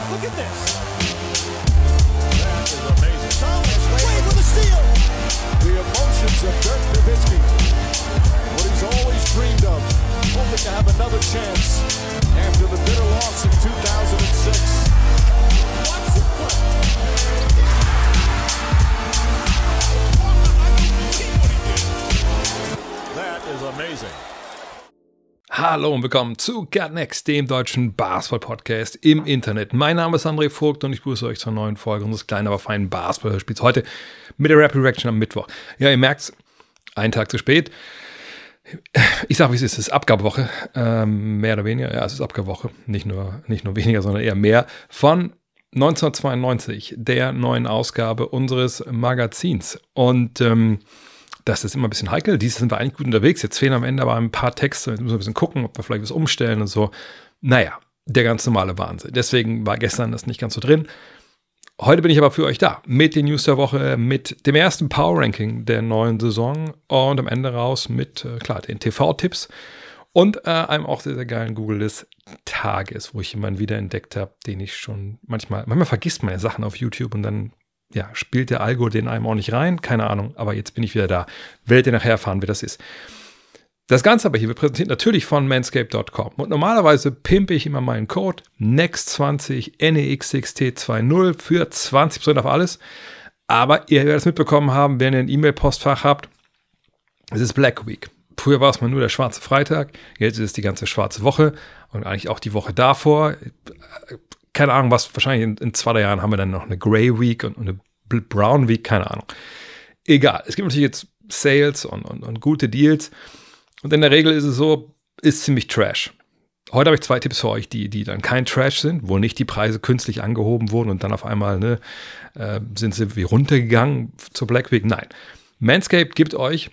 Look at this. That is amazing. Thomas Wade with a steal. The emotions of Dirk Nowitzki. What he's always dreamed of. Hoping to have another chance after the bitter loss in 2006. Watch the play. That is amazing. Hallo und willkommen zu Gut Next, dem deutschen Basketball-Podcast im Internet. Mein Name ist André Vogt und ich begrüße euch zur neuen Folge unseres kleinen, aber feinen Basketball-Hörspiels. Heute mit der Rapid Reaction am Mittwoch. Ja, ihr merkt's, einen Tag zu spät. Ich sage, wie es ist Abgabewoche, mehr oder weniger. Ja, es ist Abgabewoche, nicht nur weniger, sondern eher mehr. Von 1992, der neuen Ausgabe unseres Magazins. Und das ist immer ein bisschen heikel. Dieses sind wir eigentlich gut unterwegs. Jetzt fehlen am Ende aber ein paar Texte. Jetzt müssen wir ein bisschen gucken, ob wir vielleicht was umstellen und so. Naja, der ganz normale Wahnsinn. Deswegen war gestern das nicht ganz so drin. Heute bin ich aber für euch da. Mit den News der Woche, mit dem ersten Power Ranking der neuen Saison und am Ende raus mit, den TV-Tipps und einem auch sehr, sehr geilen Google des Tages, wo ich jemanden wiederentdeckt habe, den ich schon manchmal vergisst man ja Sachen auf YouTube und dann spielt der Algo den einem auch nicht rein, keine Ahnung, aber jetzt bin ich wieder da. Werdet ihr nachher erfahren, wer das ist. Das Ganze aber hier wird präsentiert natürlich von manscaped.com und normalerweise pimpe ich immer meinen Code NEXT20 NEXXT20 für 20% auf alles, aber ihr werdet es mitbekommen haben, wenn ihr ein E-Mail-Postfach habt, es ist Black Week. Früher war es mal nur der schwarze Freitag, jetzt ist es die ganze schwarze Woche und eigentlich auch die Woche davor. Keine Ahnung, was, wahrscheinlich in 2 Jahren haben wir dann noch eine Grey Week und eine Brown Week, keine Ahnung. Egal, es gibt natürlich jetzt Sales und gute Deals und in der Regel ist es so, ist ziemlich Trash. Heute habe ich 2 Tipps für euch, die dann kein Trash sind, wo nicht die Preise künstlich angehoben wurden und dann auf einmal sind sie wie runtergegangen zur Black Week. Nein, Manscaped gibt euch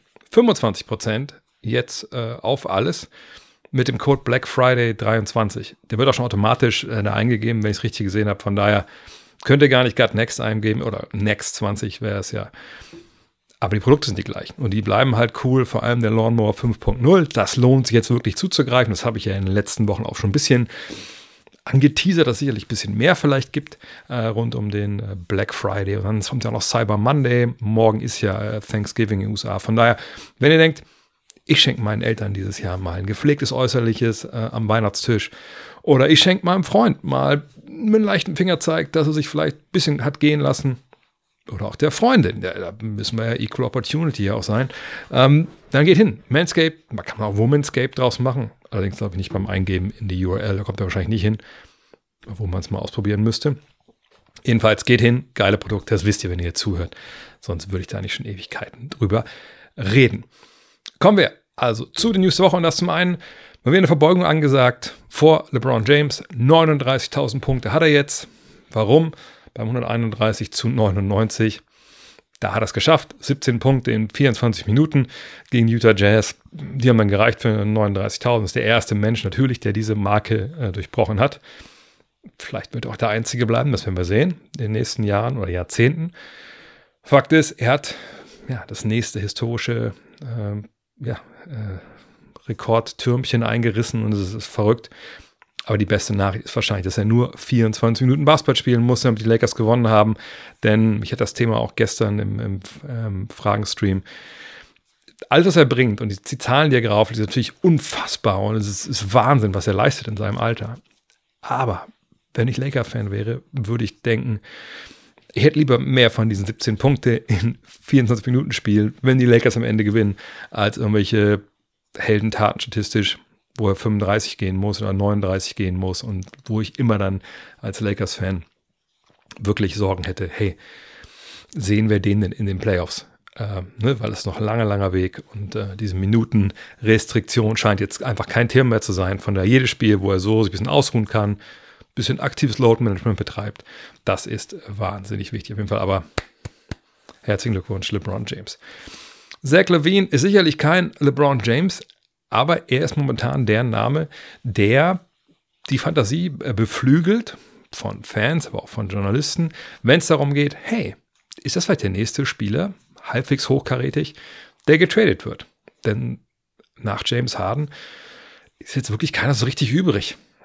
25% jetzt auf alles mit dem Code Black Friday 23. Der wird auch schon automatisch da eingegeben, wenn ich es richtig gesehen habe. Von daher könnt ihr gar nicht Gut Next eingeben oder Next 20 wäre es ja. Aber die Produkte sind die gleichen und die bleiben halt cool, vor allem der Lawnmower 5.0. Das lohnt sich jetzt wirklich zuzugreifen. Das habe ich ja in den letzten Wochen auch schon ein bisschen angeteasert, dass es sicherlich ein bisschen mehr vielleicht gibt rund um den Black Friday. Und dann kommt ja noch Cyber Monday. Morgen ist ja Thanksgiving in den USA. Von daher, wenn ihr denkt, ich schenke meinen Eltern dieses Jahr mal ein gepflegtes Äußerliches am Weihnachtstisch oder ich schenke meinem Freund mal mit einem leichten Fingerzeig, dass er sich vielleicht ein bisschen hat gehen lassen. Oder auch der Freundin, da müssen wir ja Equal Opportunity ja auch sein. Dann geht hin. Manscaped, man kann auch Womanscape draus machen. Allerdings glaube ich nicht beim Eingeben in die URL, da kommt er wahrscheinlich nicht hin, wo man es mal ausprobieren müsste. Jedenfalls geht hin, geile Produkte, das wisst ihr, wenn ihr jetzt zuhört. Sonst würde ich da nicht schon Ewigkeiten drüber reden. Kommen wir also zu den News der Woche und das zum einen, mal wieder eine Verbeugung angesagt vor LeBron James. 39.000 Punkte hat er jetzt. Warum? Beim 131-99. Da hat er es geschafft. 17 Punkte in 24 Minuten gegen Utah Jazz. Die haben dann gereicht für 39.000. Das ist der erste Mensch natürlich, der diese Marke durchbrochen hat. Vielleicht wird er auch der Einzige bleiben, das werden wir sehen in den nächsten Jahren oder Jahrzehnten. Fakt ist, er hat das nächste historische Rekordtürmchen eingerissen und es ist verrückt. Aber die beste Nachricht ist wahrscheinlich, dass er nur 24 Minuten Basketball spielen muss, damit die Lakers gewonnen haben. Denn ich hatte das Thema auch gestern im Fragenstream. Alles, was er bringt und die Zahlen, die er gerauft hat, ist natürlich unfassbar. Und es ist Wahnsinn, was er leistet in seinem Alter. Aber wenn ich Laker-Fan wäre, würde ich denken, ich hätte lieber mehr von diesen 17 Punkte in 24 Minuten Spiel, wenn die Lakers am Ende gewinnen, als irgendwelche Heldentaten statistisch, wo er 35 gehen muss oder 39 gehen muss und wo ich immer dann als Lakers-Fan wirklich Sorgen hätte, hey, sehen wir den denn in den Playoffs? Weil es noch ein langer Weg und diese Minutenrestriktion scheint jetzt einfach kein Thema mehr zu sein. Von daher jedes Spiel, wo er so sich ein bisschen ausruhen kann, ein bisschen aktives Load-Management betreibt, das ist wahnsinnig wichtig auf jeden Fall. Aber herzlichen Glückwunsch, LeBron James. Zach LaVine ist sicherlich kein LeBron James, aber er ist momentan der Name, der die Fantasie beflügelt von Fans, aber auch von Journalisten, wenn es darum geht, hey, ist das vielleicht der nächste Spieler, halbwegs hochkarätig, der getradet wird? Denn nach James Harden ist jetzt wirklich keiner so richtig übrig.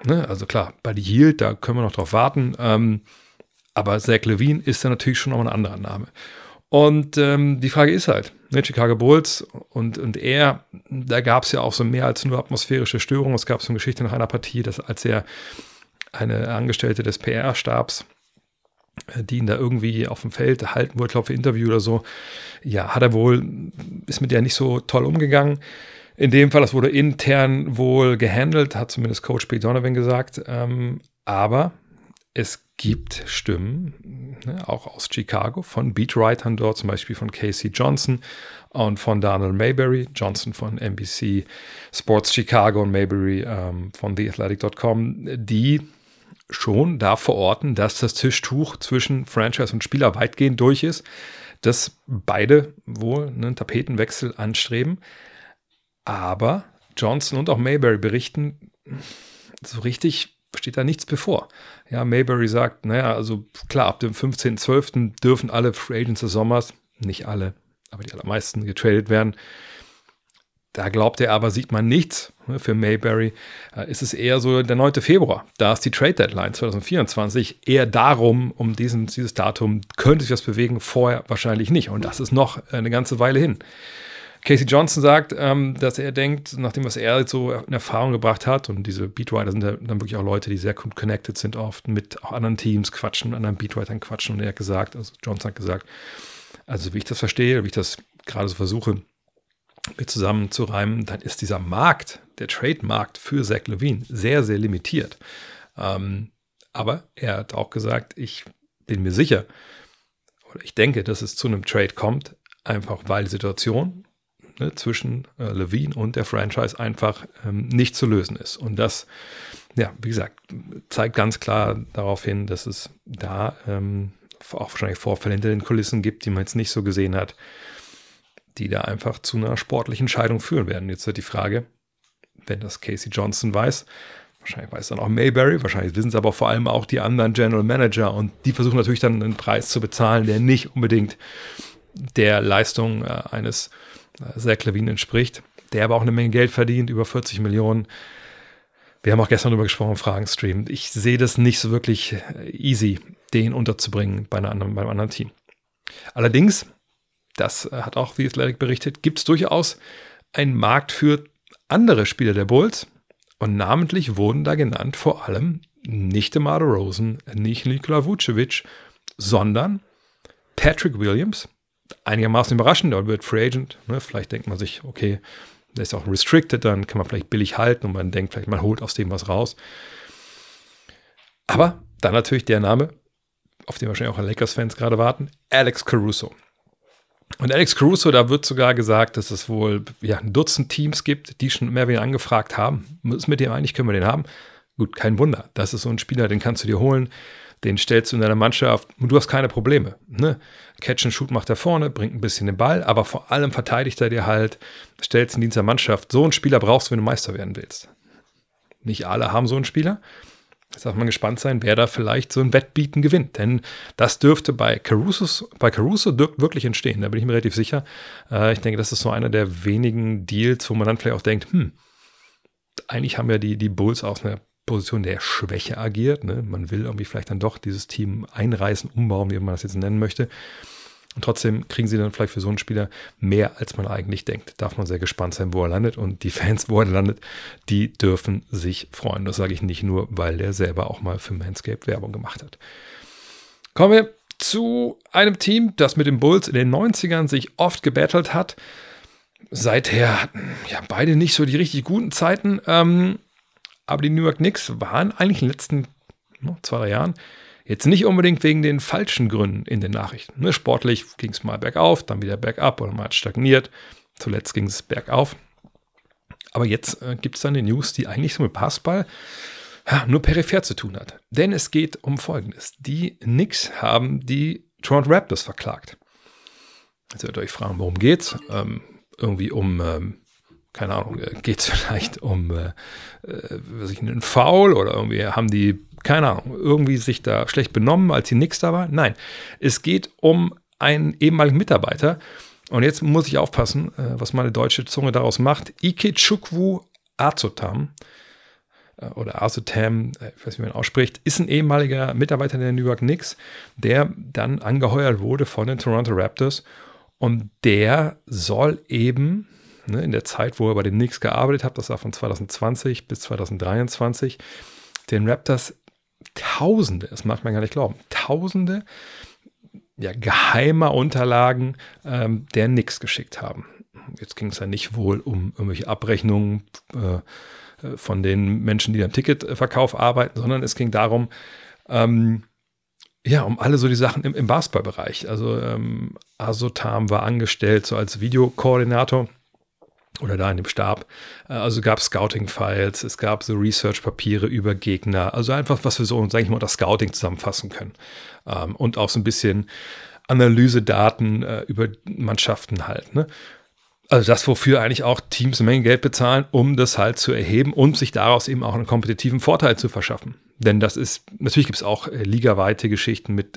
Ne? Also klar, Buddy Hield, da können wir noch drauf warten. Aber Zach LaVine ist dann natürlich schon noch ein anderer Name. Und die Frage ist halt, ne, Chicago Bulls und er, da gab es ja auch so mehr als nur atmosphärische Störungen. Es gab so eine Geschichte nach einer Partie, dass als er eine Angestellte des PR-Stabs, die ihn da irgendwie auf dem Feld halten wollte, glaube ich, für Interview oder so, ja, ist mit der nicht so toll umgegangen. In dem Fall, das wurde intern wohl gehandelt, hat zumindest Coach Pete Donovan gesagt. Aber es gibt Stimmen, ne, auch aus Chicago, von Beatwritern dort, zum Beispiel von Casey Johnson und von Daniel Mayberry, Johnson von NBC Sports Chicago und Mayberry von TheAthletic.com, die schon da verorten, dass das Tischtuch zwischen Franchise und Spieler weitgehend durch ist, dass beide wohl einen Tapetenwechsel anstreben. Aber Johnson und auch Mayberry berichten, so richtig steht da nichts bevor. Ja, Mayberry sagt, naja, also klar, ab dem 15.12. dürfen alle Free Agents des Sommers, nicht alle, aber die allermeisten getradet werden. Da glaubt er aber, sieht man nichts. Für Mayberry ist es eher so der 9. Februar. Da ist die Trade-Deadline 2024. Eher darum, um dieses Datum, könnte sich das bewegen, vorher wahrscheinlich nicht. Und das ist noch eine ganze Weile hin. Casey Johnson sagt, dass er denkt, nachdem was er so in Erfahrung gebracht hat, und diese Beatwriter sind dann wirklich auch Leute, die sehr gut connected sind, oft mit auch anderen Teams quatschen, mit anderen Beatwritern quatschen. Und er hat gesagt, also Johnson hat gesagt, also wie ich das verstehe, wie ich das gerade so versuche, mir zusammenzureimen, dann ist dieser Markt, der Trade-Markt für Zach LaVine sehr, sehr limitiert. Aber er hat auch gesagt, ich bin mir sicher, oder ich denke, dass es zu einem Trade kommt, einfach weil die Situation zwischen LaVine und der Franchise einfach nicht zu lösen ist. Und das, ja, wie gesagt, zeigt ganz klar darauf hin, dass es da auch wahrscheinlich Vorfälle hinter den Kulissen gibt, die man jetzt nicht so gesehen hat, die da einfach zu einer sportlichen Entscheidung führen werden. Jetzt wird die Frage, wenn das Casey Johnson weiß, wahrscheinlich weiß dann auch Mayberry, wahrscheinlich wissen es aber vor allem auch die anderen General Manager, und die versuchen natürlich dann einen Preis zu bezahlen, der nicht unbedingt der Leistung eines Zach LaVine entspricht, der aber auch eine Menge Geld verdient, über 40 Millionen. Wir haben auch gestern darüber gesprochen im Fragenstream. Ich sehe das nicht so wirklich easy, den unterzubringen beim anderen Team. Allerdings, das hat auch The Athletic berichtet, gibt es durchaus einen Markt für andere Spieler der Bulls. Und namentlich wurden da genannt vor allem nicht DeMar DeRozan, nicht Nikola Vucevic, sondern Patrick Williams. Einigermaßen überraschend, der wird Free Agent. Ne? Vielleicht denkt man sich, okay, der ist auch restricted, dann kann man vielleicht billig halten und man denkt vielleicht, man holt aus dem was raus. Aber dann natürlich der Name, auf den wahrscheinlich auch Lakers-Fans gerade warten, Alex Caruso. Und Alex Caruso, da wird sogar gesagt, dass es wohl ein Dutzend Teams gibt, die schon mehr oder weniger angefragt haben. Was mit dem eigentlich, können wir den haben? Gut, kein Wunder. Das ist so ein Spieler, den kannst du dir holen, den stellst du in deiner Mannschaft und du hast keine Probleme. Ne? Catch and Shoot macht er vorne, bringt ein bisschen den Ball, aber vor allem verteidigt er dir halt, stellst in Dienst der Mannschaft. So einen Spieler brauchst du, wenn du Meister werden willst. Nicht alle haben so einen Spieler. Jetzt darf man gespannt sein, wer da vielleicht so ein Wettbieten gewinnt. Denn das dürfte bei Caruso wirklich entstehen. Da bin ich mir relativ sicher. Ich denke, das ist so einer der wenigen Deals, wo man dann vielleicht auch denkt, eigentlich haben ja die Bulls aus einer Position der Schwäche agiert. Ne? Man will irgendwie vielleicht dann doch dieses Team einreißen, umbauen, wie man das jetzt nennen möchte. Und trotzdem kriegen sie dann vielleicht für so einen Spieler mehr, als man eigentlich denkt. Darf man sehr gespannt sein, wo er landet. Und die Fans, wo er landet, die dürfen sich freuen. Das sage ich nicht nur, weil der selber auch mal für Manscaped Werbung gemacht hat. Kommen wir zu einem Team, das mit den Bulls in den 90ern sich oft gebattelt hat. Seither hatten beide nicht so die richtig guten Zeiten. Aber die New York Knicks waren eigentlich in den letzten 2-3 Jahren jetzt nicht unbedingt wegen den falschen Gründen in den Nachrichten. Ne, sportlich ging es mal bergauf, dann wieder bergab oder mal hat stagniert. Zuletzt ging es bergauf. Aber jetzt gibt es dann eine News, die eigentlich so mit Basketball nur peripher zu tun hat. Denn es geht um Folgendes. Die Knicks haben die Toronto Raptors verklagt. Jetzt werdet ihr euch fragen, worum geht's? Irgendwie um... keine Ahnung, geht es vielleicht um einen Foul oder irgendwie haben die, keine Ahnung, irgendwie sich da schlecht benommen, als die Knicks da war? Nein, es geht um einen ehemaligen Mitarbeiter. Und jetzt muss ich aufpassen, was meine deutsche Zunge daraus macht. Ikechukwu Azotam. oder Azotam, ich weiß nicht, wie man ausspricht, ist ein ehemaliger Mitarbeiter der New York Knicks, der dann angeheuert wurde von den Toronto Raptors. Und der soll eben in der Zeit, wo er bei den Knicks gearbeitet hat, das war von 2020 bis 2023, den Raptors Tausende, das mag man gar nicht glauben, Tausende geheimer Unterlagen der Knicks geschickt haben. Jetzt ging es ja nicht wohl um irgendwelche Abrechnungen von den Menschen, die am Ticketverkauf arbeiten, sondern es ging darum, um alle so die Sachen im Basketballbereich. Also Azotam war angestellt so als Videokoordinator oder da in dem Stab. Also gab es Scouting-Files, es gab so Research-Papiere über Gegner, also einfach, was wir so, sage ich mal, unter Scouting zusammenfassen können. Und auch so ein bisschen Analysedaten über Mannschaften halt, ne? Also das, wofür eigentlich auch Teams eine Menge Geld bezahlen, um das halt zu erheben und sich daraus eben auch einen kompetitiven Vorteil zu verschaffen. Denn das ist, natürlich gibt es auch ligaweite Geschichten mit,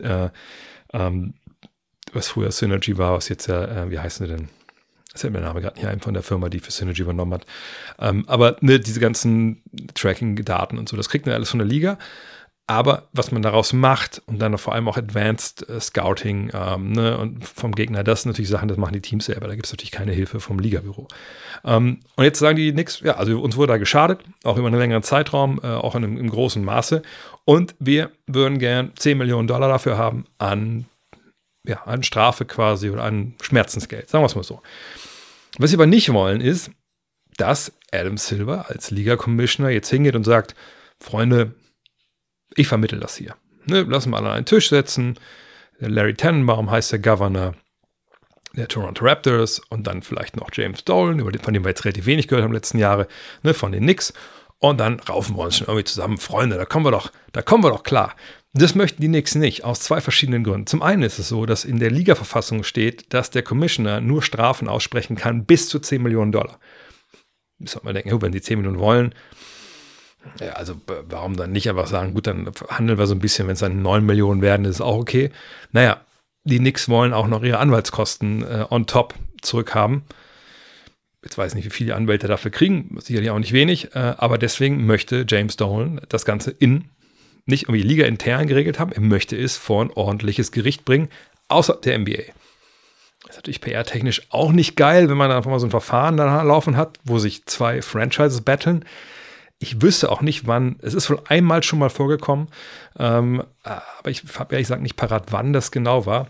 was früher Synergy war, was jetzt wie heißen sie denn? Das fällt mir der Name gerade nicht ein von der Firma, die für Synergy übernommen hat. Aber diese ganzen Tracking-Daten und so, das kriegt man alles von der Liga. Aber was man daraus macht und dann vor allem auch Advanced Scouting und vom Gegner, das sind natürlich Sachen, das machen die Teams selber. Da gibt es natürlich keine Hilfe vom Ligabüro. Und jetzt sagen die Knicks, ja, also uns wurde da geschadet, auch über einen längeren Zeitraum, auch im großen Maße. Und wir würden gern $10 Millionen dafür haben an Strafe quasi oder an Schmerzensgeld, sagen wir es mal so. Was sie aber nicht wollen, ist, dass Adam Silver als Liga-Commissioner jetzt hingeht und sagt, Freunde, ich vermittle das hier. Lassen wir alle an einen Tisch setzen. Larry Tannenbaum heißt der Governor der Toronto Raptors und dann vielleicht noch James Dolan, von dem wir jetzt relativ wenig gehört haben in den letzten Jahren, von den Knicks. Und dann raufen wir uns schon irgendwie zusammen. Freunde, da kommen wir doch klar. Das möchten die Knicks nicht, aus zwei verschiedenen Gründen. Zum einen ist es so, dass in der Liga-Verfassung steht, dass der Commissioner nur Strafen aussprechen kann bis zu $10 Millionen. Da sollte man denken, wenn sie 10 Millionen wollen, ja, also warum dann nicht einfach sagen, gut, dann handeln wir so ein bisschen, wenn es dann 9 Millionen werden, ist auch okay. Naja, die Knicks wollen auch noch ihre Anwaltskosten on top zurückhaben. Jetzt weiß ich nicht, wie viele Anwälte dafür kriegen, sicherlich auch nicht wenig, aber deswegen möchte James Dolan das Ganze nicht irgendwie Liga intern geregelt haben, er möchte es vor ein ordentliches Gericht bringen, außer der NBA. Das ist natürlich PR-technisch auch nicht geil, wenn man dann einfach mal so ein Verfahren da laufen hat, wo sich zwei Franchises battlen. Ich wüsste auch nicht, wann, es ist wohl einmal schon mal vorgekommen, aber ich habe ehrlich gesagt nicht parat, wann das genau war.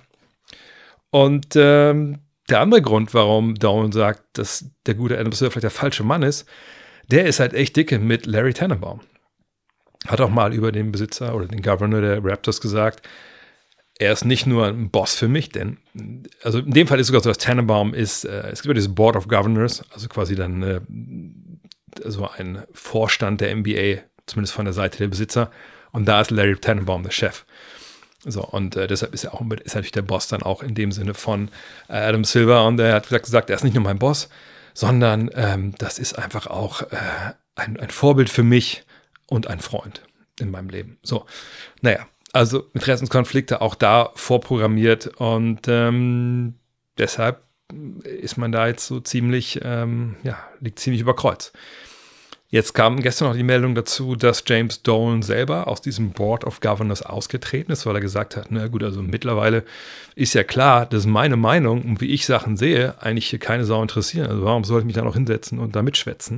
Und der andere Grund, warum Dolan sagt, dass der gute Adam Silver vielleicht der falsche Mann ist, der ist halt echt dicke mit Larry Tannenbaum. Hat auch mal über den Besitzer oder den Governor der Raptors gesagt, er ist nicht nur ein Boss für mich, denn, also in dem Fall ist es sogar so, dass Tannenbaum ist, es gibt ja dieses Board of Governors, also quasi dann so ein Vorstand der NBA, zumindest von der Seite der Besitzer, und da ist Larry Tannenbaum der Chef. So, und deshalb ist natürlich der Boss dann auch in dem Sinne von Adam Silver, und er hat gesagt, er ist nicht nur mein Boss, sondern das ist einfach auch ein Vorbild für mich und ein Freund in meinem Leben. So, naja, also Interessenskonflikte auch da vorprogrammiert und deshalb ist man da jetzt so ziemlich, liegt ziemlich über Kreuz. Jetzt kam gestern noch die Meldung dazu, dass James Dolan selber aus diesem Board of Governors ausgetreten ist, weil er gesagt hat, na gut, also mittlerweile ist ja klar, dass meine Meinung und wie ich Sachen sehe, eigentlich hier keine Sau interessieren. Also warum soll ich mich da noch hinsetzen und da mitschwätzen?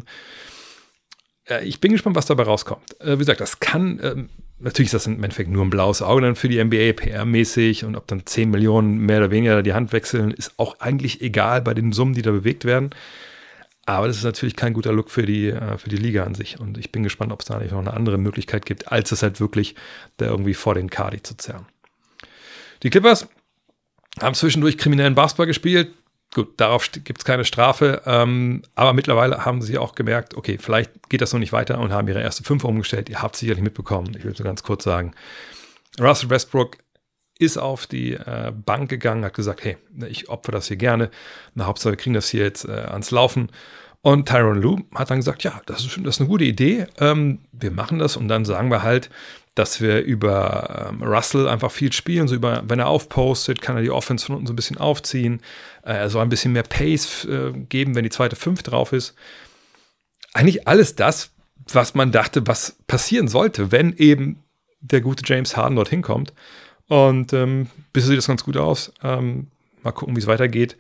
Ich bin gespannt, was dabei rauskommt. Wie gesagt, das kann, natürlich ist das im Endeffekt nur ein blaues Auge dann für die NBA, PR-mäßig, und ob dann 10 Millionen mehr oder weniger die Hand wechseln, ist auch eigentlich egal bei den Summen, die da bewegt werden. Aber das ist natürlich kein guter Look für die Liga an sich. Und ich bin gespannt, ob es da nicht noch eine andere Möglichkeit gibt, als es halt wirklich da irgendwie vor den Cardi zu zerren. Die Clippers haben zwischendurch kriminellen Basketball gespielt. Gut, darauf gibt es keine Strafe. Aber mittlerweile haben sie auch gemerkt, okay, vielleicht geht das noch nicht weiter und haben ihre erste 5 umgestellt. Ihr habt es sicherlich mitbekommen. Ich will so ganz kurz sagen, Russell Westbrook ist auf die Bank gegangen, hat gesagt, hey, ich opfere das hier gerne. Na, Hauptsache, wir kriegen das hier jetzt ans Laufen. Und Tyronn Lue hat dann gesagt, ja, das ist eine gute Idee. Wir machen das und dann sagen wir halt, dass wir über Russell einfach viel spielen. So wenn er aufpostet, kann er die Offense von unten so ein bisschen aufziehen. Er soll ein bisschen mehr Pace geben, wenn die zweite 5 drauf ist. Eigentlich alles das, was man dachte, was passieren sollte, wenn eben der gute James Harden dorthin kommt. Und bisher sieht das ganz gut aus. Mal gucken, wie es weitergeht.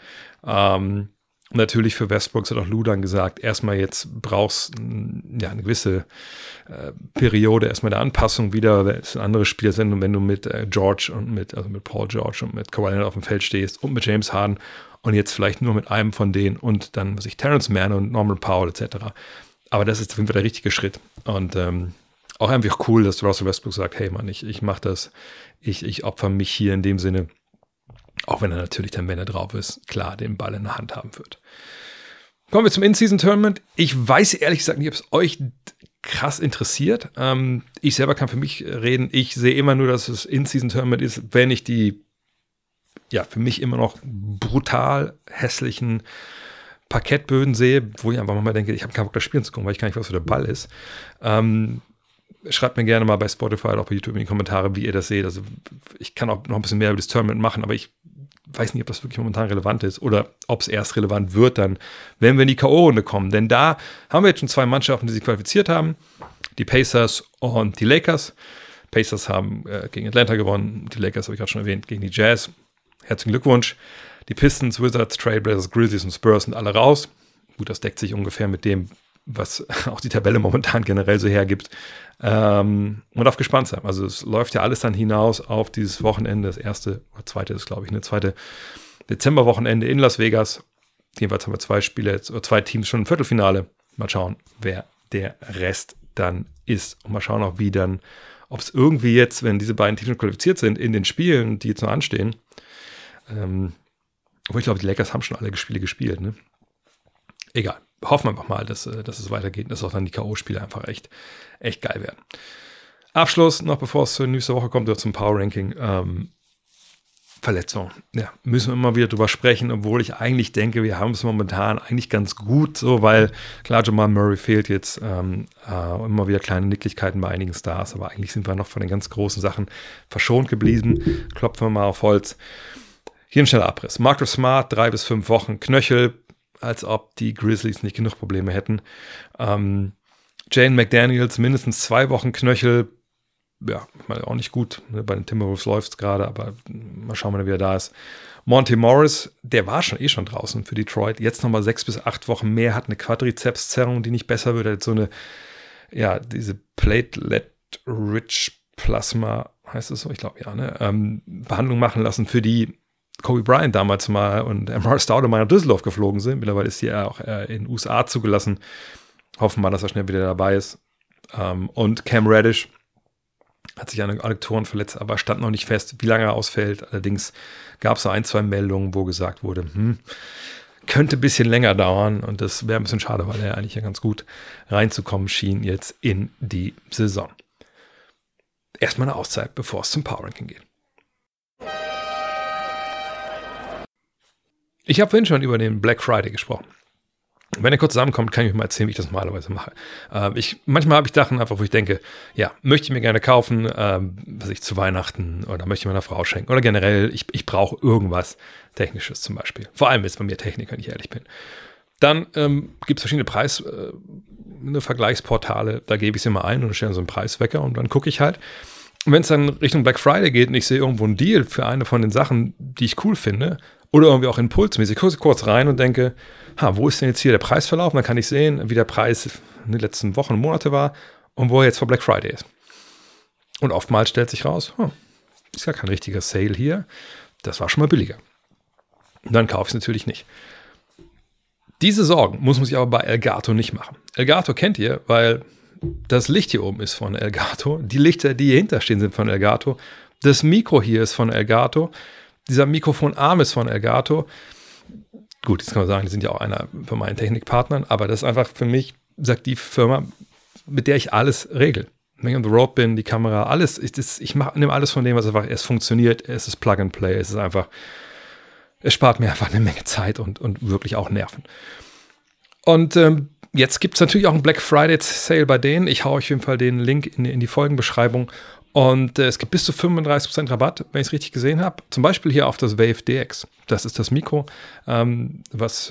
Natürlich für Westbrook hat auch Lou dann gesagt, erstmal jetzt brauchst ja eine gewisse Periode erstmal der Anpassung wieder. Das ist ein anderes Spiel, als wenn du mit George und mit Paul George und mit Kawhi Leonard auf dem Feld stehst und mit James Harden und jetzt vielleicht nur mit einem von denen und dann, Terrence Mann und Norman Powell etc. Aber das ist auf jeden Fall der richtige Schritt. Und auch einfach cool, dass Russell Westbrook sagt, hey Mann, ich mache das, ich opfer mich hier in dem Sinne, auch wenn er natürlich dann, wenn er drauf ist, klar den Ball in der Hand haben wird. Kommen wir zum In-Season-Tournament. Ich weiß ehrlich gesagt nicht, ob es euch krass interessiert. Ich selber kann für mich reden. Ich sehe immer nur, dass es In-Season-Tournament ist, wenn ich die, ja, für mich immer noch brutal hässlichen Parkettböden sehe, wo ich einfach mal denke, ich habe keinen Bock, das Spielen zu gucken, weil ich gar nicht weiß, wo der Ball ist. Schreibt mir gerne mal bei Spotify oder auch bei YouTube in die Kommentare, wie ihr das seht. Also ich kann auch noch ein bisschen mehr über das Tournament machen, aber ich weiß nicht, ob das wirklich momentan relevant ist oder ob es erst relevant wird dann, wenn wir in die K.O.-Runde kommen. Denn da haben wir jetzt schon 2 Mannschaften, die sich qualifiziert haben. Die Pacers und die Lakers. Pacers haben gegen Atlanta gewonnen. Die Lakers habe ich gerade schon erwähnt, gegen die Jazz. Herzlichen Glückwunsch. Die Pistons, Wizards, Trailblazers, Grizzlies und Spurs sind alle raus. Gut, das deckt sich ungefähr mit dem, was auch die Tabelle momentan generell so hergibt. Und darf gespannt sein. Also es läuft ja alles dann hinaus auf dieses Wochenende, das erste oder zweite ist, glaube ich, eine zweite Dezemberwochenende in Las Vegas. Jedenfalls haben wir 2 Spiele jetzt, oder 2 Teams schon im Viertelfinale. Mal schauen, wer der Rest dann ist. Und mal schauen auch, wie dann, ob es irgendwie jetzt, wenn diese beiden Teams qualifiziert sind, in den Spielen, die jetzt noch anstehen, obwohl ich glaube, die Lakers haben schon alle Spiele gespielt, ne? Egal. Hoffen wir einfach mal, dass es weitergeht und dass auch dann die K.O.-Spiele einfach echt geil werden. Abschluss, noch bevor es zur nächsten Woche kommt, oder zum Power-Ranking. Verletzung. Ja, müssen wir immer wieder drüber sprechen, obwohl ich eigentlich denke, wir haben es momentan eigentlich ganz gut so, weil klar, Jamal Murray fehlt jetzt immer wieder kleine Nicklichkeiten bei einigen Stars, aber eigentlich sind wir noch von den ganz großen Sachen verschont geblieben. Klopfen wir mal auf Holz. Hier ein schneller Abriss. Marcus Smart, 3 bis 5 Wochen Knöchel, als ob die Grizzlies nicht genug Probleme hätten. Jane McDaniels, mindestens 2 Wochen Knöchel. Ja, auch nicht gut. Bei den Timberwolves läuft es gerade, aber mal schauen, wann er wieder da ist. Monty Morris, der war schon draußen für Detroit. Jetzt nochmal 6 bis 8 Wochen mehr, hat eine Quadrizeps-Zerrung, die nicht besser wird. Er hat so eine, ja, diese Platelet-Rich Plasma, heißt es so? Ich glaube, ja, ne? Behandlung machen lassen, für die Kobe Bryant damals mal und Amar Stoudemire nach Düsseldorf geflogen sind. Mittlerweile ist sie ja auch in den USA zugelassen. Hoffen wir mal, dass er schnell wieder dabei ist. Und Cam Reddish hat sich an den Adduktoren verletzt, aber stand noch nicht fest, wie lange er ausfällt. Allerdings gab es so 1, 2 Meldungen, wo gesagt wurde, könnte ein bisschen länger dauern. Und das wäre ein bisschen schade, weil er eigentlich ja ganz gut reinzukommen schien jetzt in die Saison. Erstmal eine Auszeit, bevor es zum Power Ranking geht. Ich habe vorhin schon über den Black Friday gesprochen. Wenn er kurz zusammenkommt, kann ich euch mal erzählen, wie ich das normalerweise mache. Manchmal habe ich Sachen einfach, wo ich denke, ja, möchte ich mir gerne kaufen, was ich zu Weihnachten oder möchte ich meiner Frau schenken. Oder generell, ich brauche irgendwas Technisches zum Beispiel. Vor allem ist bei mir Technik, wenn ich ehrlich bin. Dann gibt es verschiedene Vergleichsportale, da gebe ich es immer ein und stelle so einen Preiswecker und dann gucke ich halt. Und wenn es dann Richtung Black Friday geht und ich sehe irgendwo einen Deal für eine von den Sachen, die ich cool finde, oder irgendwie auch impulsmäßig, kurz rein und denke, wo ist denn jetzt hier der Preisverlauf? Und dann kann ich sehen, wie der Preis in den letzten Wochen und Monate war und wo er jetzt vor Black Friday ist. Und oftmals stellt sich raus, ist ja kein richtiger Sale hier, das war schon mal billiger. Und dann kaufe ich es natürlich nicht. Diese Sorgen muss man sich aber bei Elgato nicht machen. Elgato kennt ihr, weil das Licht hier oben ist von Elgato, die Lichter, die hier hinterstehen, sind von Elgato, das Mikro hier ist von Elgato, dieser Mikrofonarm ist von Elgato. Gut, jetzt kann man sagen, die sind ja auch einer von meinen Technikpartnern, aber das ist einfach für mich, sagt die Firma, mit der ich alles regel. Wenn ich on the road bin, die Kamera, alles, ich nehme alles von dem, was einfach, es funktioniert, es ist Plug and Play, es ist einfach, es spart mir einfach eine Menge Zeit und wirklich auch Nerven. Und jetzt gibt es natürlich auch einen Black Friday Sale bei denen. Ich haue euch auf jeden Fall den Link in die Folgenbeschreibung. Und es gibt bis zu 35% Rabatt, wenn ich es richtig gesehen habe. Zum Beispiel hier auf das Wave DX. Das ist das Mikro, was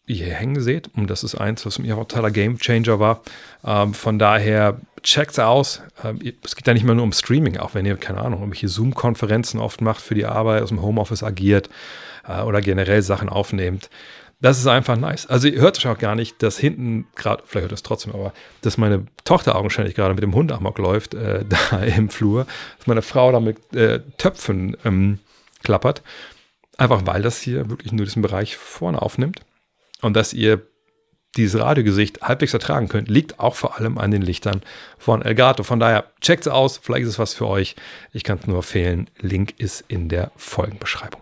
ihr hier hängen seht. Und das ist eins, was für mich auch ein totaler Gamechanger war. Von daher checkt's aus. Es geht ja nicht mehr nur um Streaming, auch wenn ihr, keine Ahnung, irgendwelche Zoom-Konferenzen oft macht für die Arbeit, aus dem Homeoffice agiert oder generell Sachen aufnehmt. Das ist einfach nice. Also ihr hört es auch gar nicht, dass hinten gerade, vielleicht hört ihr es trotzdem, aber dass meine Tochter augenscheinlich gerade mit dem Hund amok läuft, da im Flur, dass meine Frau da mit Töpfen klappert. Einfach weil das hier wirklich nur diesen Bereich vorne aufnimmt. Und dass ihr dieses Radiogesicht halbwegs ertragen könnt, liegt auch vor allem an den Lichtern von Elgato. Von daher checkt es aus, vielleicht ist es was für euch. Ich kann es nur empfehlen. Link ist in der Folgenbeschreibung.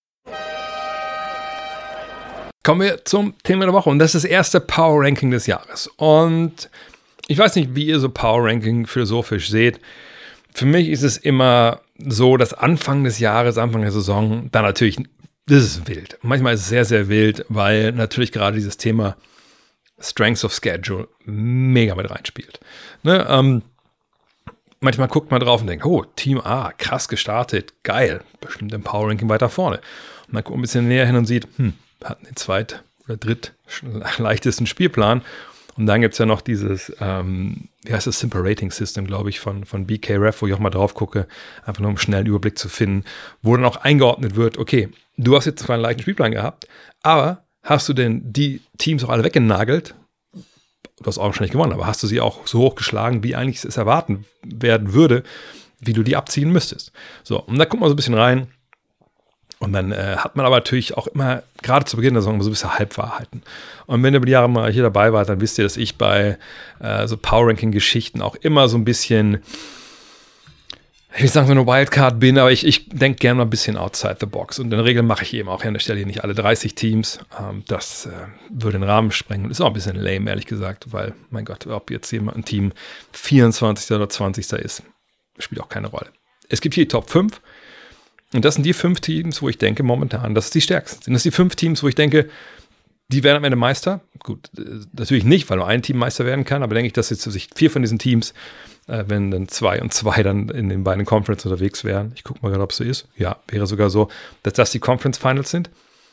Kommen wir zum Thema der Woche und das ist das erste Power Ranking des Jahres. Und ich weiß nicht, wie ihr so Power Ranking philosophisch seht. Für mich ist es immer so, dass Anfang des Jahres, Anfang der Saison, da natürlich, das ist wild. Manchmal ist es sehr, sehr wild, weil natürlich gerade dieses Thema Strengths of Schedule mega mit reinspielt. Ne? Manchmal guckt man drauf und denkt, oh, Team A, krass gestartet, geil, bestimmt im Power Ranking weiter vorne. Und man guckt ein bisschen näher hin und sieht, hatten den zweit- oder drittleichtesten Spielplan. Und dann gibt es ja noch dieses, wie heißt das, Simple Rating System, glaube ich, von BKRef, wo ich auch mal drauf gucke, einfach nur um einen schnellen Überblick zu finden, wo dann auch eingeordnet wird, okay, du hast jetzt zwar einen leichten Spielplan gehabt, aber hast du denn die Teams auch alle weggenagelt? Du hast auch wahrscheinlich gewonnen, aber hast du sie auch so hoch geschlagen, wie eigentlich es erwarten werden würde, wie du die abziehen müsstest? So, und da guckt man so ein bisschen rein. Und dann hat man aber natürlich auch immer, gerade zu Beginn der Saison, so ein bisschen Halbwahrheiten. Und wenn ihr über die Jahre mal hier dabei wart, dann wisst ihr, dass ich bei so Power-Ranking-Geschichten auch immer so ein bisschen, ich will nicht sagen, so eine Wildcard bin, aber ich denke gerne mal ein bisschen outside the box. Und in der Regel mache ich eben auch an der Stelle hier nicht alle 30 Teams. Das würde den Rahmen sprengen. Und ist auch ein bisschen lame, ehrlich gesagt, weil, mein Gott, ob jetzt jemand ein Team 24. oder 20. ist, spielt auch keine Rolle. Es gibt hier die Top 5. Und das sind die 5 Teams, wo ich denke momentan, dass es die stärksten sind. Das sind die 5 Teams, wo ich denke, die werden am Ende Meister. Gut, natürlich nicht, weil nur ein Team Meister werden kann, aber denke ich, dass jetzt sich 4 von diesen Teams, wenn dann 2 und 2 dann in den beiden Conference unterwegs wären, ich gucke mal gerade, ob es so ist, ja, wäre sogar so, dass das die Conference Finals sind.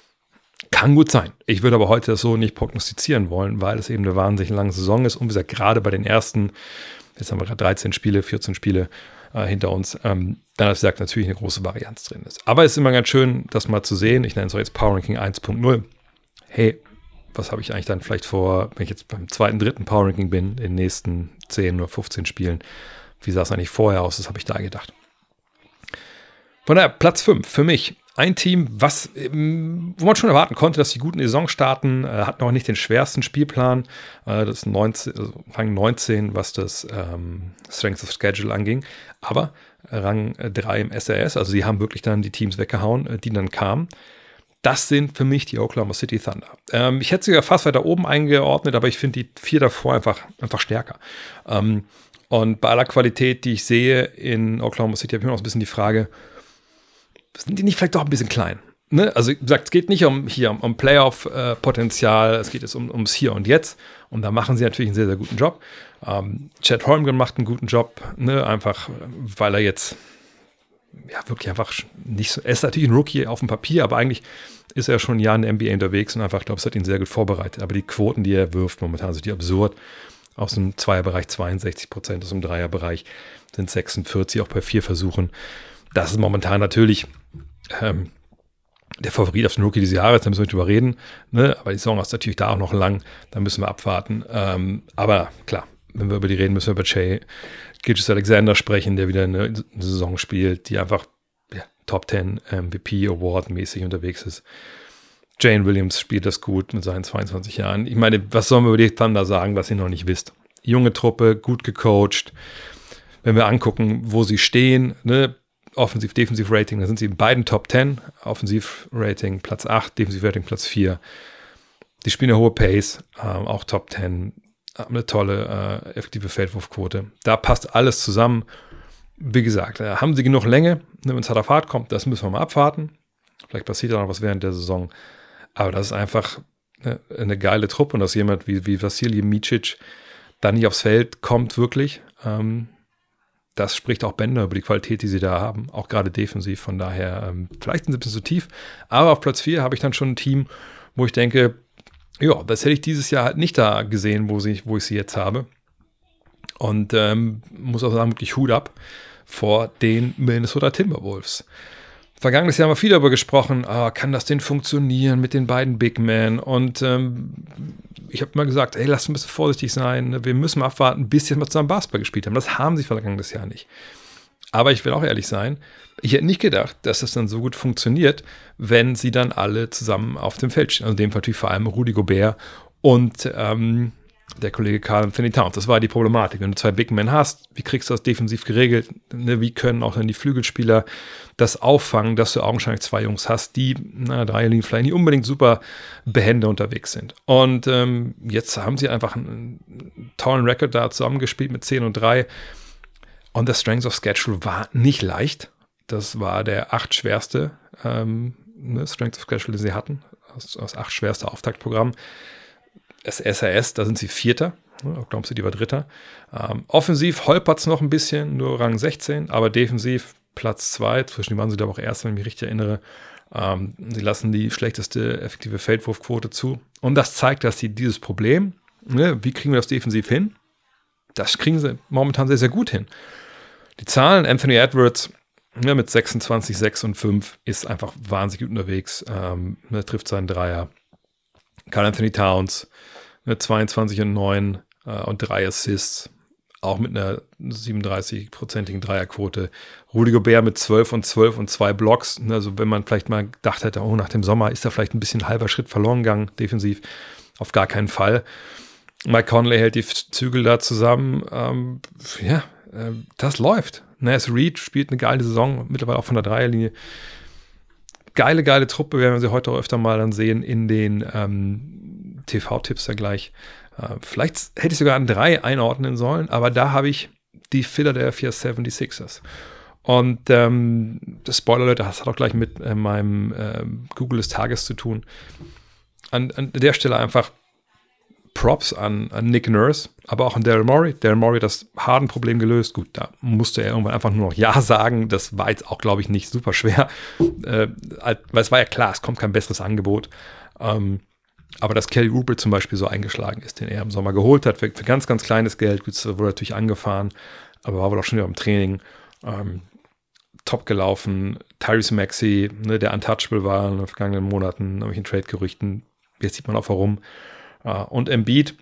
Kann gut sein. Ich würde aber heute das so nicht prognostizieren wollen, weil es eben eine wahnsinnig lange Saison ist und wie gesagt, gerade bei den ersten, jetzt haben wir gerade 13 Spiele, 14 Spiele, hinter uns, dann als gesagt natürlich eine große Varianz drin ist. Aber es ist immer ganz schön, das mal zu sehen. Ich nenne es auch jetzt Power Ranking 1.0. Hey, was habe ich eigentlich dann vielleicht vor, wenn ich jetzt beim 2., 3. Power Ranking bin, in den nächsten 10 oder 15 Spielen, wie sah es eigentlich vorher aus? Das habe ich da gedacht. Von daher, Platz 5 für mich. Ein Team, wo man schon erwarten konnte, dass die gut in die Saison starten, hat noch nicht den schwersten Spielplan. Das ist Rang 19, was das Strength of Schedule anging. Aber Rang 3 im SRS, also sie haben wirklich dann die Teams weggehauen, die dann kamen. Das sind für mich die Oklahoma City Thunder. Ich hätte sie ja fast weiter oben eingeordnet, aber ich finde die 4 davor einfach stärker. Und bei aller Qualität, die ich sehe in Oklahoma City, habe ich mir noch ein bisschen die Frage, sind die nicht vielleicht doch ein bisschen klein? Ne? Also wie gesagt, es geht nicht um Playoff-Potenzial, es geht jetzt ums Hier und Jetzt. Und da machen sie natürlich einen sehr, sehr guten Job. Chet Holmgren macht einen guten Job, ne? Einfach, weil er jetzt wirklich einfach nicht so, er ist natürlich ein Rookie auf dem Papier, aber eigentlich ist er schon ein Jahr in der NBA unterwegs und einfach, ich glaube, es hat ihn sehr gut vorbereitet. Aber die Quoten, die er wirft momentan, sind die absurd. Aus dem Zweierbereich 62%, aus dem Dreierbereich sind 46, auch bei 4 Versuchen. Das ist momentan natürlich der Favorit auf den Rookie dieses Jahres, da müssen wir nicht drüber reden. Ne? Aber die Saison ist natürlich da auch noch lang, da müssen wir abwarten. Aber klar, wenn wir über die reden, müssen wir über Shai Gilgeous-Alexander sprechen, der wieder eine Saison spielt, die einfach Top 10 MVP Award-mäßig unterwegs ist. Jane Williams spielt das gut mit seinen 22 Jahren. Ich meine, was sollen wir über die Thunder sagen, was ihr noch nicht wisst? Junge Truppe, gut gecoacht. Wenn wir angucken, wo sie stehen, ne? Offensiv-Defensiv-Rating, da sind sie in beiden Top 10. Offensiv-Rating Platz 8, Defensiv-Rating Platz 4. Die spielen eine hohe Pace, auch Top 10. Eine tolle, effektive Feldwurfquote. Da passt alles zusammen. Wie gesagt, haben sie genug Länge, wenn es hart auf hart kommt, das müssen wir mal abwarten. Vielleicht passiert da noch was während der Saison. Aber das ist einfach eine geile Truppe und dass jemand wie Vasilij Micic da nicht aufs Feld kommt, wirklich. Das spricht auch Bänder über die Qualität, die sie da haben, auch gerade defensiv. Von daher, vielleicht sind sie ein bisschen zu tief. Aber auf Platz 4 habe ich dann schon ein Team, wo ich denke, Ja, das hätte ich dieses Jahr halt nicht da gesehen, wo ich sie jetzt habe. Und muss auch sagen, wirklich Hut ab vor den Minnesota Timberwolves. Vergangenes Jahr haben wir viel darüber gesprochen, kann das denn funktionieren mit den beiden Big Men? Und ich habe mal gesagt, hey, lasst ein bisschen vorsichtig sein, wir müssen mal abwarten, bis sie mal zusammen Basketball gespielt haben. Das haben sie vergangenes Jahr nicht. Aber ich will auch ehrlich sein, ich hätte nicht gedacht, dass das dann so gut funktioniert, wenn sie dann alle zusammen auf dem Feld stehen. Also in dem Fall natürlich vor allem Rudy Gobert und der Kollege Karl-Anthony Towns. Das war die Problematik. Wenn du zwei Big Men hast, wie kriegst du das defensiv geregelt? Wie können auch dann die Flügelspieler das auffangen, dass du augenscheinlich zwei Jungs hast, die Dreierlinie vielleicht nicht unbedingt super behende unterwegs sind. Und jetzt haben sie einfach einen tollen Rekord da zusammengespielt mit 10-3. Und der Strength of Schedule war nicht leicht. Das war der 8 schwerste Strength of Schedule, den sie hatten. Das 8 schwerste Auftaktprogramm. Das SRS, da sind sie Vierter. Oklahoma City war Dritter. Offensiv holpert es noch ein bisschen, nur Rang 16, aber defensiv Platz 2. Zwischen waren sie da auch erst, wenn ich mich richtig erinnere. Sie lassen die schlechteste effektive Feldwurfquote zu. Und das zeigt, dass sie dieses Problem, wie kriegen wir das defensiv hin? Das kriegen sie momentan sehr, sehr gut hin. Die Zahlen, Anthony Edwards mit 26, 6 und 5 ist einfach wahnsinnig gut unterwegs. Er trifft seinen Dreier. Karl-Anthony Towns mit 22 und 9 und 3 Assists, auch mit einer 37-prozentigen Dreierquote. Rudy Gobert mit 12 und 12 und 2 Blocks. Also wenn man vielleicht mal gedacht hätte, nach dem Sommer ist da vielleicht ein bisschen halber Schritt verloren gegangen, defensiv. Auf gar keinen Fall. Mike Conley hält die Zügel da zusammen. Das läuft. Naz Reid spielt eine geile Saison, mittlerweile auch von der Dreierlinie. Geile Truppe, werden wir sie heute auch öfter mal dann sehen in den TV-Tipps da gleich. Vielleicht hätte ich sogar an 3 einordnen sollen, aber da habe ich die Philadelphia 76ers. Und das Spoiler-Alert, das hat auch gleich mit meinem Google des Tages zu tun. An der Stelle einfach Props an Nick Nurse, aber auch an Daryl Morey. Daryl Morey hat das Harden-Problem gelöst. Gut, da musste er irgendwann einfach nur noch Ja sagen. Das war jetzt auch, glaube ich, nicht super schwer. Weil es war ja klar, es kommt kein besseres Angebot. Aber dass Kelly Oubre zum Beispiel so eingeschlagen ist, den er im Sommer geholt hat, für ganz, ganz kleines Geld, gut, wurde natürlich angefahren, aber war wohl auch schon wieder im Training. Top gelaufen. Tyrese Maxey, der untouchable war in den vergangenen Monaten, irgendwelchen Trade-Gerüchten. Jetzt sieht man auch warum. Und Embiid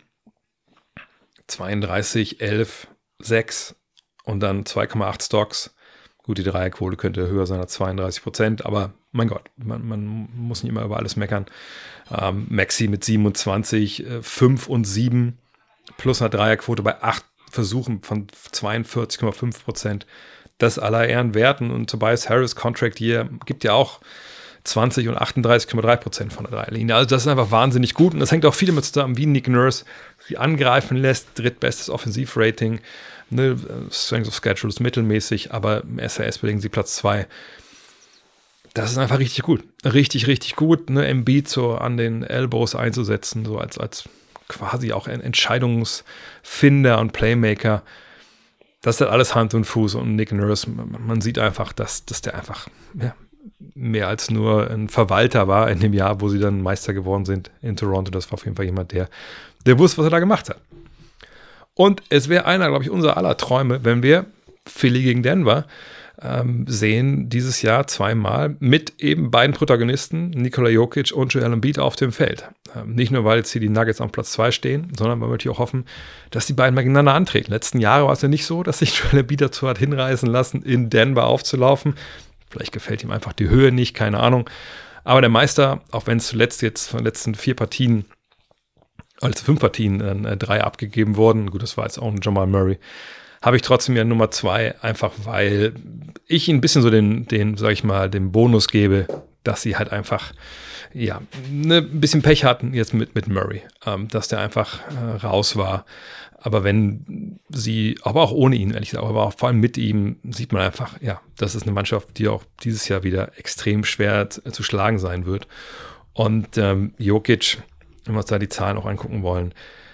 32, 11, 6 und dann 2,8 Stocks. Gut, die Dreierquote könnte höher sein als 32%, aber mein Gott, man muss nicht immer über alles meckern. Maxi mit 27, 5 und 7 plus eine Dreierquote bei 8 Versuchen von 42,5%. Das aller Ehren wert. Und Tobias Harris Contract hier gibt ja auch 20 und 38,3% von der Dreierlinie. Also das ist einfach wahnsinnig gut. Und das hängt auch viel damit zusammen, wie Nick Nurse sie angreifen lässt. Drittbestes Offensivrating. Strength of Schedule ist mittelmäßig, aber im SRS belegen sie Platz 2. Das ist einfach richtig gut. Richtig, richtig gut. Embiid so an den Elbows einzusetzen, so als quasi auch ein Entscheidungsfinder und Playmaker. Das hat alles Hand und Fuß. Und Nick Nurse, man sieht einfach, dass der einfach mehr als nur ein Verwalter war in dem Jahr, wo sie dann Meister geworden sind in Toronto. Das war auf jeden Fall jemand, der wusste, was er da gemacht hat. Und es wäre einer, glaube ich, unser aller Träume, wenn wir Philly gegen Denver sehen dieses Jahr zweimal mit eben beiden Protagonisten, Nikola Jokic und Joel Embiid auf dem Feld. Nicht nur, weil jetzt hier die Nuggets am Platz 2 stehen, sondern weil wir natürlich auch hoffen, dass die beiden mal gegeneinander antreten. Letzten Jahre war es ja nicht so, dass sich Joel Embiid dazu hat hinreißen lassen, in Denver aufzulaufen. Vielleicht gefällt ihm einfach die Höhe nicht, keine Ahnung. Aber der Meister, auch wenn es zuletzt jetzt von den letzten 4 Partien, also 5 Partien, 3 abgegeben wurden, gut, das war jetzt auch ein Jamal Murray, habe ich trotzdem ja Nummer 2, einfach weil ich ihnen ein bisschen so den, sag ich mal, den Bonus gebe, dass sie halt einfach, ein bisschen Pech hatten jetzt mit Murray, dass der einfach raus war. Aber wenn sie, aber auch ohne ihn, ehrlich gesagt, aber auch vor allem mit ihm, sieht man einfach, das ist eine Mannschaft, die auch dieses Jahr wieder extrem schwer zu schlagen sein wird. Und Jokic, wenn wir uns da die Zahlen auch angucken wollen,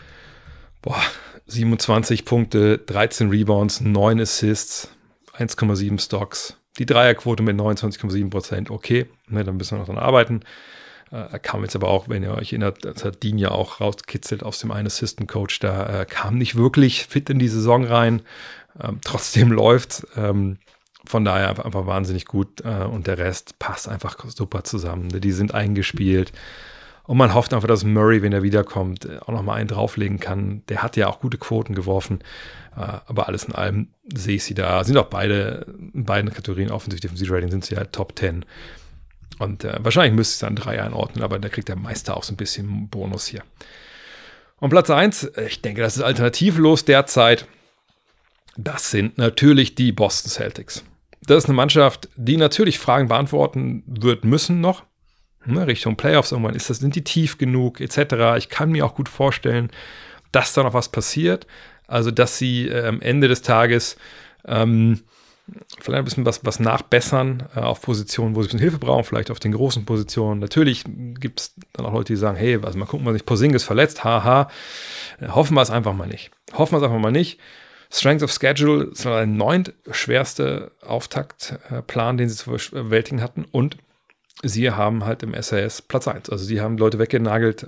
27 Punkte, 13 Rebounds, 9 Assists, 1,7 Stocks. Die Dreierquote mit 29,7%, okay, dann müssen wir noch dran arbeiten. Kam jetzt aber auch, wenn ihr euch erinnert, das hat Dean ja auch rauskitzelt aus dem einen Assistant Coach, da kam nicht wirklich fit in die Saison rein. Trotzdem läuft. Von daher einfach wahnsinnig gut. Und der Rest passt einfach super zusammen. Die sind eingespielt. Und man hofft einfach, dass Murray, wenn er wiederkommt, auch nochmal einen drauflegen kann. Der hat ja auch gute Quoten geworfen. Aber alles in allem sehe ich sie da. Sind auch in beiden Kategorien Offensiv-Defensiv-Rating sind sie halt Top 10. Und wahrscheinlich müsste ich es an 3 einordnen, aber da kriegt der Meister auch so ein bisschen Bonus hier. Und Platz 1, ich denke, das ist alternativlos derzeit. Das sind natürlich die Boston Celtics. Das ist eine Mannschaft, die natürlich Fragen beantworten wird müssen noch. Richtung Playoffs irgendwann sind die tief genug etc. Ich kann mir auch gut vorstellen, dass da noch was passiert. Also, dass sie am Ende des Tages vielleicht ein bisschen was nachbessern auf Positionen, wo sie ein bisschen Hilfe brauchen, vielleicht auf den großen Positionen. Natürlich gibt es dann auch Leute, die sagen, hey, also mal gucken, was sich Porzingis verletzt, haha. Hoffen wir es einfach mal nicht. Strength of Schedule ist der 9. schwerste Auftaktplan, den sie zu bewältigen hatten. Und sie haben halt im SAS Platz 1. Also sie haben Leute weggenagelt,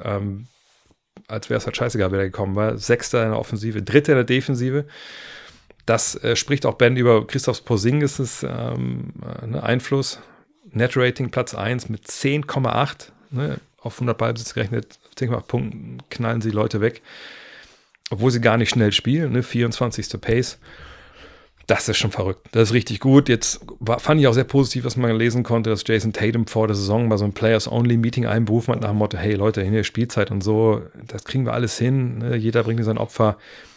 als wäre es halt scheißegal, wer da gekommen war. 6. in der Offensive, 3. in der Defensive. Das spricht auch Ben über Kristaps Porzingis' Einfluss. Net-Rating Platz 1 mit 10,8. Auf 100 Ballbesitz gerechnet, 10,8 Punkten knallen sie Leute weg. Obwohl sie gar nicht schnell spielen, 24. Pace. Das ist schon verrückt. Das ist richtig gut. Jetzt fand ich auch sehr positiv, was man lesen konnte, dass Jason Tatum vor der Saison bei so einem Players-Only-Meeting einberufen hat nach dem Motto, hey Leute, hier Spielzeit und so, das kriegen wir alles hin. Jeder bringt sein Opfer.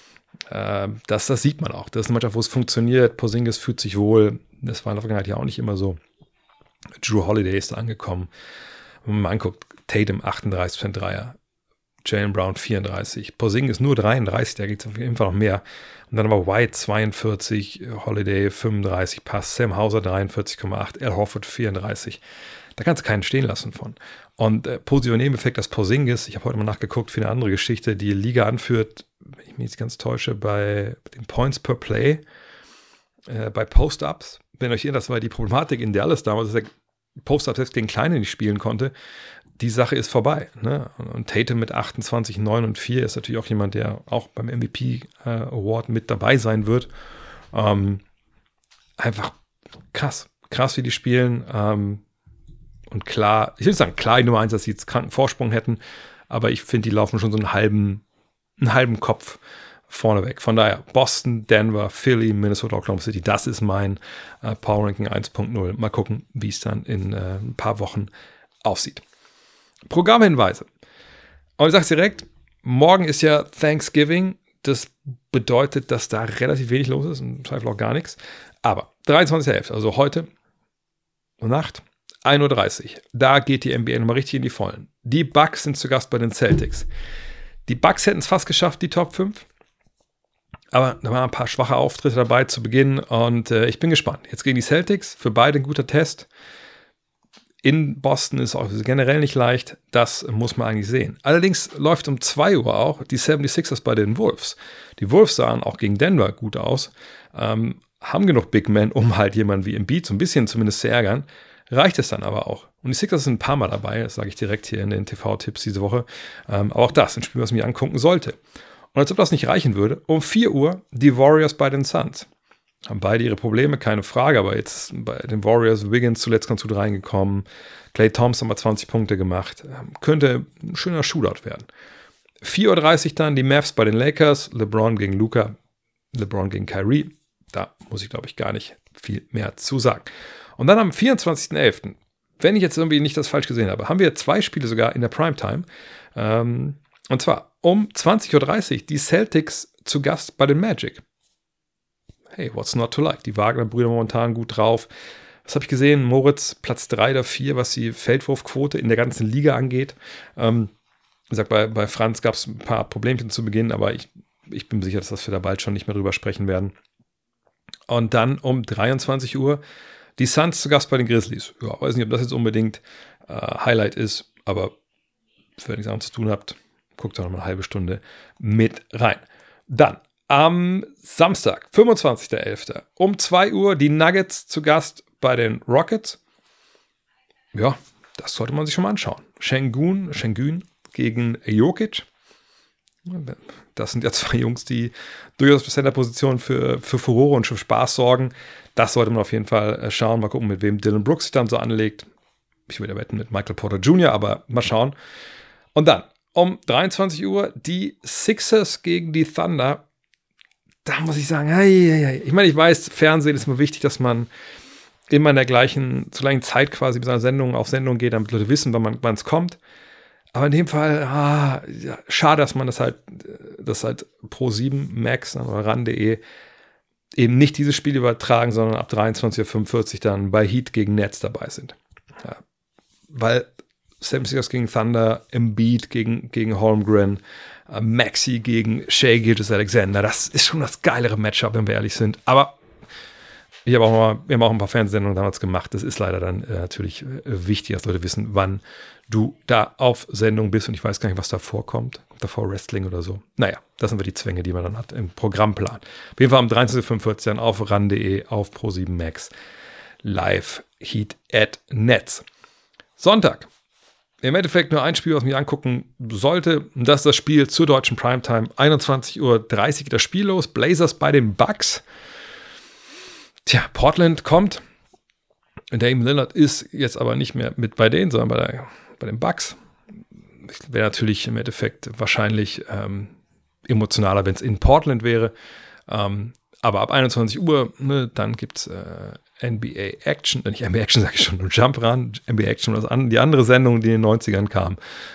Das sieht man auch. Das ist eine Mannschaft, wo es funktioniert. Porzingis fühlt sich wohl. Das war in der Vergangenheit ja auch nicht immer so. Drew Holiday ist da angekommen. Wenn man mal anguckt, Tatum 38% Dreier. Jaylen Brown 34, Porzingis nur 33, da geht es auf jeden Fall noch mehr. Und dann aber White 42, Holiday 35, Pass, Sam Hauser 43,8, Al Horford 34. Da kannst du keinen stehen lassen von. Und positiver Nebeneffekt, das Porzingis, ich habe heute mal nachgeguckt für eine andere Geschichte, die Liga anführt, wenn ich mich jetzt ganz täusche, bei den Points per Play, bei Post-Ups. Wenn euch erinnert, das war die Problematik in Dallas damals, dass der Post-Up selbst gegen Kleine nicht spielen konnte. Die Sache ist vorbei. Ne? Und Tatum mit 28, 9 und 4 ist natürlich auch jemand, der auch beim MVP Award mit dabei sein wird. Einfach krass. Krass, wie die spielen. Und klar, ich will nicht sagen, klar die Nummer 1, dass sie jetzt kranken Vorsprung hätten, aber ich finde, die laufen schon so einen halben Kopf vorneweg. Von daher, Boston, Denver, Philly, Minnesota, Oklahoma City, das ist mein Power Ranking 1.0. Mal gucken, wie es dann in ein paar Wochen aussieht. Programmhinweise. Und ich sage es direkt, morgen ist ja Thanksgiving. Das bedeutet, dass da relativ wenig los ist, im Zweifel auch gar nichts. Aber 23.11., also heute Nacht, 1:30 Uhr, da geht die NBA nochmal richtig in die Vollen. Die Bucks sind zu Gast bei den Celtics. Die Bucks hätten es fast geschafft, die Top 5. Aber da waren ein paar schwache Auftritte dabei zu Beginn und ich bin gespannt. Jetzt gegen die Celtics, für beide ein guter Test. In Boston ist auch generell nicht leicht, das muss man eigentlich sehen. Allerdings läuft um 2 Uhr auch die 76ers bei den Wolves. Die Wolves sahen auch gegen Denver gut aus, haben genug Big Men, um halt jemanden wie Embiid so ein bisschen zumindest zu ärgern. Reicht es dann aber auch. Und die Sixers sind ein paar Mal dabei, das sage ich direkt hier in den TV-Tipps diese Woche. Aber auch das, ein Spiel, was ich mir angucken sollte. Und als ob das nicht reichen würde, um 4 Uhr die Warriors bei den Suns. Haben beide ihre Probleme, keine Frage, aber jetzt bei den Warriors, Wiggins zuletzt ganz gut reingekommen, Klay Thompson hat mal 20 Punkte gemacht, könnte ein schöner Shootout werden. 4:30 Uhr dann die Mavs bei den Lakers, LeBron gegen Luka, LeBron gegen Kyrie, da muss ich glaube ich gar nicht viel mehr zu sagen. Und dann am 24.11., wenn ich jetzt irgendwie nicht das falsch gesehen habe, haben wir 2 Spiele sogar in der Primetime, und zwar um 20:30 Uhr die Celtics zu Gast bei den Magic. Hey, what's not to like? Die Wagner-Brüder momentan gut drauf. Was habe ich gesehen? Moritz, Platz 3 oder 4, was die Feldwurfquote in der ganzen Liga angeht. Wie gesagt, bei Franz gab es ein paar Problemchen zu Beginn, aber ich bin mir sicher, dass wir da bald schon nicht mehr drüber sprechen werden. Und dann um 23 Uhr die Suns zu Gast bei den Grizzlies. Ja, weiß nicht, ob das jetzt unbedingt Highlight ist, aber wenn ihr nichts anderes zu tun habt, guckt da noch mal eine halbe Stunde mit rein. Dann am Samstag, 25.11. um 2 Uhr die Nuggets zu Gast bei den Rockets. Ja, das sollte man sich schon mal anschauen. Şengün gegen Jokic. Das sind ja zwei Jungs, die durchaus für Center-Positionen für Furore und für Spaß sorgen. Das sollte man auf jeden Fall schauen. Mal gucken, mit wem Dylan Brooks sich dann so anlegt. Ich würde wetten mit Michael Porter Jr., aber mal schauen. Und dann um 23 Uhr die Sixers gegen die Thunder. Da muss ich sagen, ich meine, ich weiß, Fernsehen ist immer wichtig, dass man immer zur gleichen Zeit quasi mit seiner Sendung auf Sendung geht, damit Leute wissen, wann es kommt. Aber in dem Fall, schade, dass man das halt Pro7 Max oder RAN.de eben nicht dieses Spiel übertragen, sondern ab 23.45 Uhr dann bei Heat gegen Nets dabei sind. Ja, weil 76ers gegen Thunder, Embiid gegen Holmgren, Maxey gegen Shai Gilgeous-Alexander, das ist schon das geilere Matchup, wenn wir ehrlich sind. Aber wir haben auch ein paar Fernsehsendungen damals gemacht. Das ist leider dann natürlich wichtig, dass Leute wissen, wann du da auf Sendung bist. Und ich weiß gar nicht, was da vorkommt. Kommt davor Wrestling oder so. Naja, das sind wir die Zwänge, die man dann hat im Programmplan. Auf jeden Fall am 23.45 dann auf RAN.de, auf Pro7 Max, live Heat at Nets. Sonntag. Im Endeffekt nur ein Spiel, was ich mir angucken sollte. Das ist das Spiel zur deutschen Primetime. 21.30 Uhr das Spiel los. Blazers bei den Bucks. Tja, Portland kommt. Dame Lillard ist jetzt aber nicht mehr mit bei denen, sondern bei den Bucks. Wäre natürlich im Endeffekt wahrscheinlich emotionaler, wenn es in Portland wäre. Aber ab 21 Uhr, ne, dann gibt es NBA Action, nicht NBA Action, sage ich schon, Jump Run, NBA Action, die andere Sendung, die in den 90ern kam.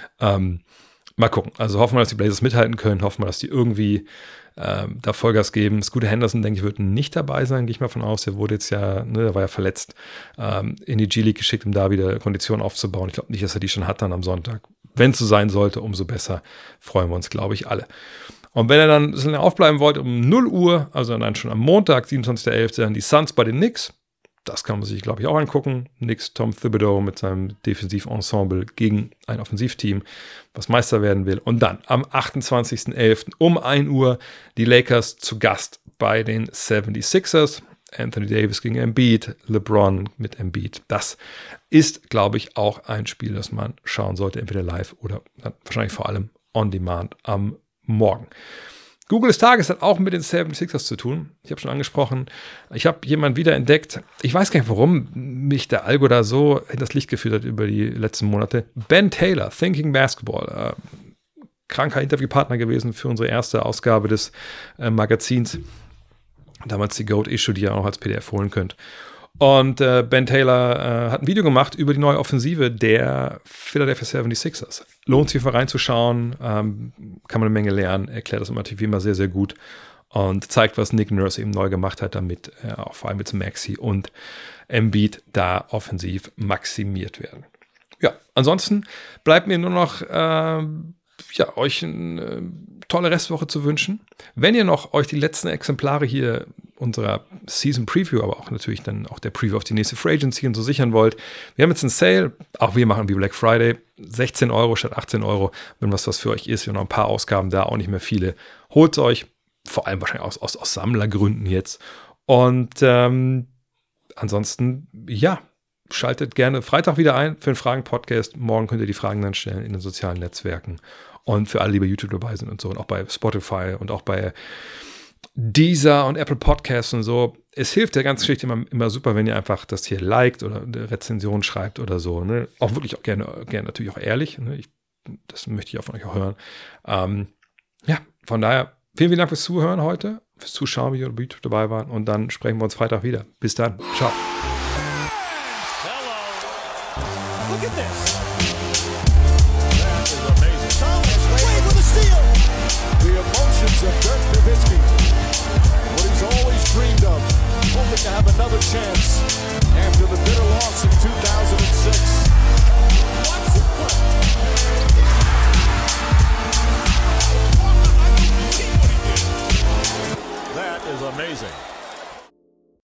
Mal gucken. Also hoffen wir, dass die Blazers mithalten können, hoffen wir, dass die irgendwie da Vollgas geben. Scooter Henderson, denke ich, wird nicht dabei sein, gehe ich mal von aus. Der wurde jetzt ja, der war ja verletzt, in die G-League geschickt, um da wieder Konditionen aufzubauen. Ich glaube nicht, dass er die schon hat dann am Sonntag. Wenn es so sein sollte, umso besser. Freuen wir uns, glaube ich, alle. Und wenn ihr dann aufbleiben wollt, um 0 Uhr, also dann schon am Montag, 27.11., dann die Suns bei den Knicks. Das kann man sich, glaube ich, auch angucken. Knicks, Tom Thibodeau mit seinem Defensivensemble gegen ein Offensivteam, was Meister werden will. Und dann am 28.11. um 1 Uhr die Lakers zu Gast bei den 76ers. Anthony Davis gegen Embiid, LeBron mit Embiid. Das ist, glaube ich, auch ein Spiel, das man schauen sollte, entweder live oder wahrscheinlich vor allem on demand am Morgen. Google des Tages hat auch mit den 76ers zu tun. Ich habe schon angesprochen, ich habe jemanden wieder entdeckt. Ich weiß gar nicht, warum mich der Algo da so in das Licht geführt hat über die letzten Monate. Ben Taylor, Thinking Basketball. Kranker Interviewpartner gewesen für unsere erste Ausgabe des Magazins. Damals die Goat-Issue, die ihr auch als PDF holen könnt. Und Ben Taylor hat ein Video gemacht über die neue Offensive der Philadelphia 76ers. Lohnt sich, reinzuschauen, kann man eine Menge lernen, erklärt das natürlich wie immer sehr, sehr gut und zeigt, was Nick Nurse eben neu gemacht hat, damit auch vor allem mit Maxey und Embiid da offensiv maximiert werden. Ja, ansonsten bleibt mir nur noch euch eine tolle Restwoche zu wünschen. Wenn ihr noch euch die letzten Exemplare hier unserer Season Preview, aber auch natürlich dann auch der Preview auf die nächste Free Agency und so sichern wollt, wir haben jetzt einen Sale, auch wir machen wie Black Friday, 16 € statt 18 €, wenn was für euch ist, wir haben noch ein paar Ausgaben da, auch nicht mehr viele, holt es euch, vor allem wahrscheinlich aus Sammlergründen jetzt und ansonsten, ja, schaltet gerne Freitag wieder ein für den Fragen-Podcast. Morgen könnt ihr die Fragen dann stellen in den sozialen Netzwerken. Und für alle, die bei YouTube dabei sind und so, und auch bei Spotify und auch bei Deezer und Apple Podcasts und so. Es hilft der ganzen Geschichte immer super, wenn ihr einfach das hier liked oder eine Rezension schreibt oder so. Ne? Auch wirklich auch gerne natürlich auch ehrlich. Ne? Das möchte ich auch von euch auch hören. Ja, von daher, vielen Dank fürs Zuhören heute, fürs Zuschauen, wie ihr bei YouTube dabei waren. Und dann sprechen wir uns Freitag wieder. Bis dann. Ciao. Look at this.